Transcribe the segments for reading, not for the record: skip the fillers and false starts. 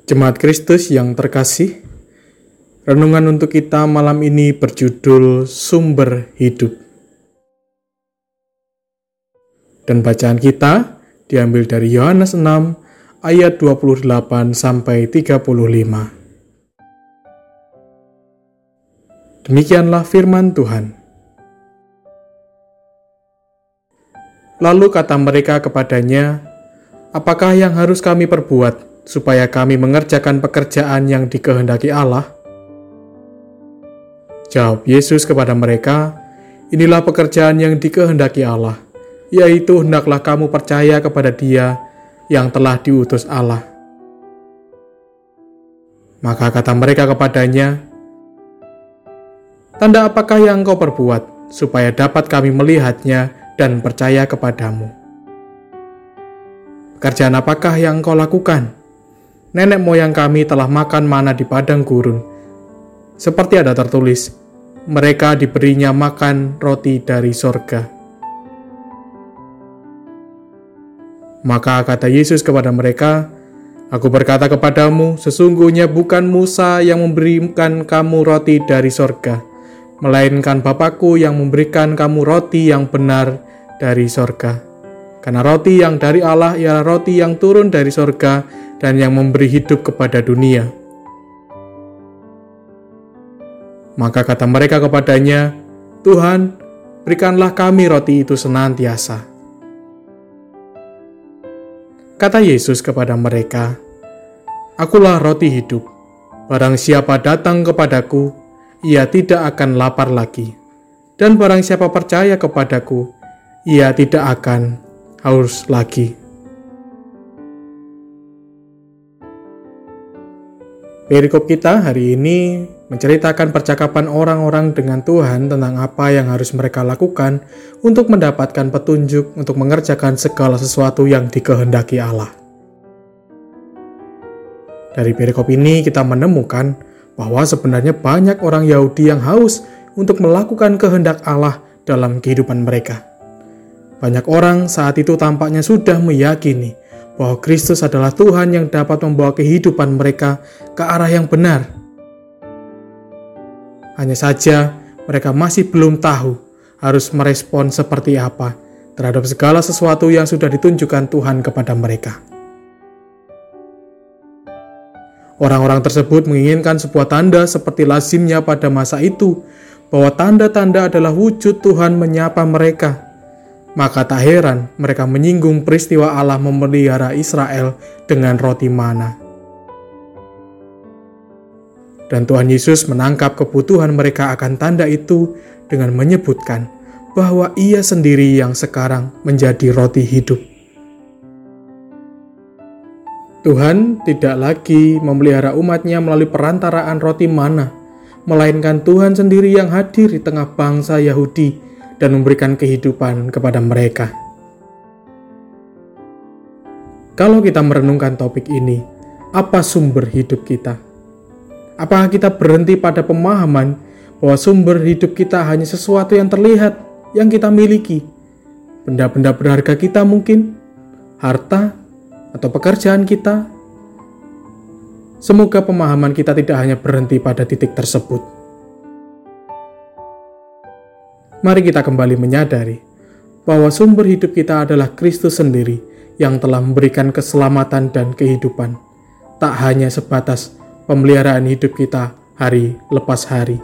Jemaat Kristus yang terkasih, renungan untuk kita malam ini berjudul Sumber Hidup. Dan bacaan kita diambil dari Yohanes 6 ayat 28 sampai 35. Demikianlah firman Tuhan. Lalu kata mereka kepadanya, "Apakah yang harus kami perbuat supaya kami mengerjakan pekerjaan yang dikehendaki Allah?" Jawab Yesus kepada mereka, "Inilah pekerjaan yang dikehendaki Allah, yaitu hendaklah kamu percaya kepada Dia yang telah diutus Allah." Maka kata mereka kepadanya, "Tanda apakah yang engkau perbuat, supaya dapat kami melihatnya dan percaya kepadamu? Pekerjaan apakah yang engkau lakukan? Nenek moyang kami telah makan mana di padang gurun. Seperti ada tertulis, mereka diberinya makan roti dari sorga." Maka kata Yesus kepada mereka, "Aku berkata kepadamu, sesungguhnya bukan Musa yang memberikan kamu roti dari sorga, melainkan Bapa-Ku yang memberikan kamu roti yang benar dari sorga. Karena roti yang dari Allah ialah roti yang turun dari sorga dan yang memberi hidup kepada dunia." Maka kata mereka kepadanya, "Tuhan, berikanlah kami roti itu senantiasa." Kata Yesus kepada mereka, "Akulah roti hidup. Barang siapa datang kepadaku, ia tidak akan lapar lagi. Dan barang siapa percaya kepadaku, ia tidak akan haus lagi." Perikop kita hari ini menceritakan percakapan orang-orang dengan Tuhan tentang apa yang harus mereka lakukan untuk mendapatkan petunjuk untuk mengerjakan segala sesuatu yang dikehendaki Allah. Dari perikop ini kita menemukan bahwa sebenarnya banyak orang Yahudi yang haus untuk melakukan kehendak Allah dalam kehidupan mereka. Banyak orang saat itu tampaknya sudah meyakini bahwa Kristus adalah Tuhan yang dapat membawa kehidupan mereka ke arah yang benar. Hanya saja mereka masih belum tahu harus merespon seperti apa terhadap segala sesuatu yang sudah ditunjukkan Tuhan kepada mereka. Orang-orang tersebut menginginkan sebuah tanda seperti lazimnya pada masa itu, bahwa tanda-tanda adalah wujud Tuhan menyapa mereka. Maka tak heran mereka menyinggung peristiwa Allah memelihara Israel dengan roti mana. Dan Tuhan Yesus menangkap kebutuhan mereka akan tanda itu dengan menyebutkan bahwa Ia sendiri yang sekarang menjadi roti hidup. Tuhan tidak lagi memelihara umatnya melalui perantaraan roti mana, melainkan Tuhan sendiri yang hadir di tengah bangsa Yahudi dan memberikan kehidupan kepada mereka. Kalau kita merenungkan topik ini, apa sumber hidup kita? Apakah kita berhenti pada pemahaman bahwa sumber hidup kita hanya sesuatu yang terlihat, yang kita miliki? Benda-benda berharga kita mungkin? Harta? Atau pekerjaan kita? Semoga pemahaman kita tidak hanya berhenti pada titik tersebut. Mari kita kembali menyadari bahwa sumber hidup kita adalah Kristus sendiri yang telah memberikan keselamatan dan kehidupan, tak hanya sebatas pemeliharaan hidup kita hari lepas hari.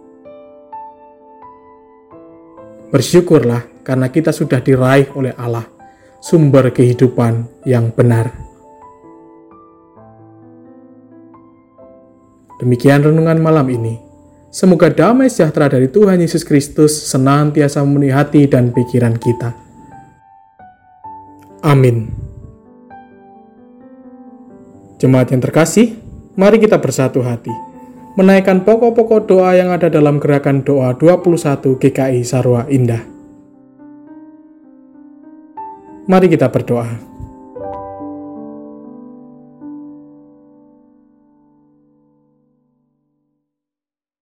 Bersyukurlah karena kita sudah diraih oleh Allah, sumber kehidupan yang benar. Demikian renungan malam ini. Semoga damai sejahtera dari Tuhan Yesus Kristus senantiasa memenuhi hati dan pikiran kita. Amin. Jemaat yang terkasih, mari kita bersatu hati, menaikkan pokok-pokok doa yang ada dalam gerakan doa 21 GKI Sarwa Indah. Mari kita berdoa.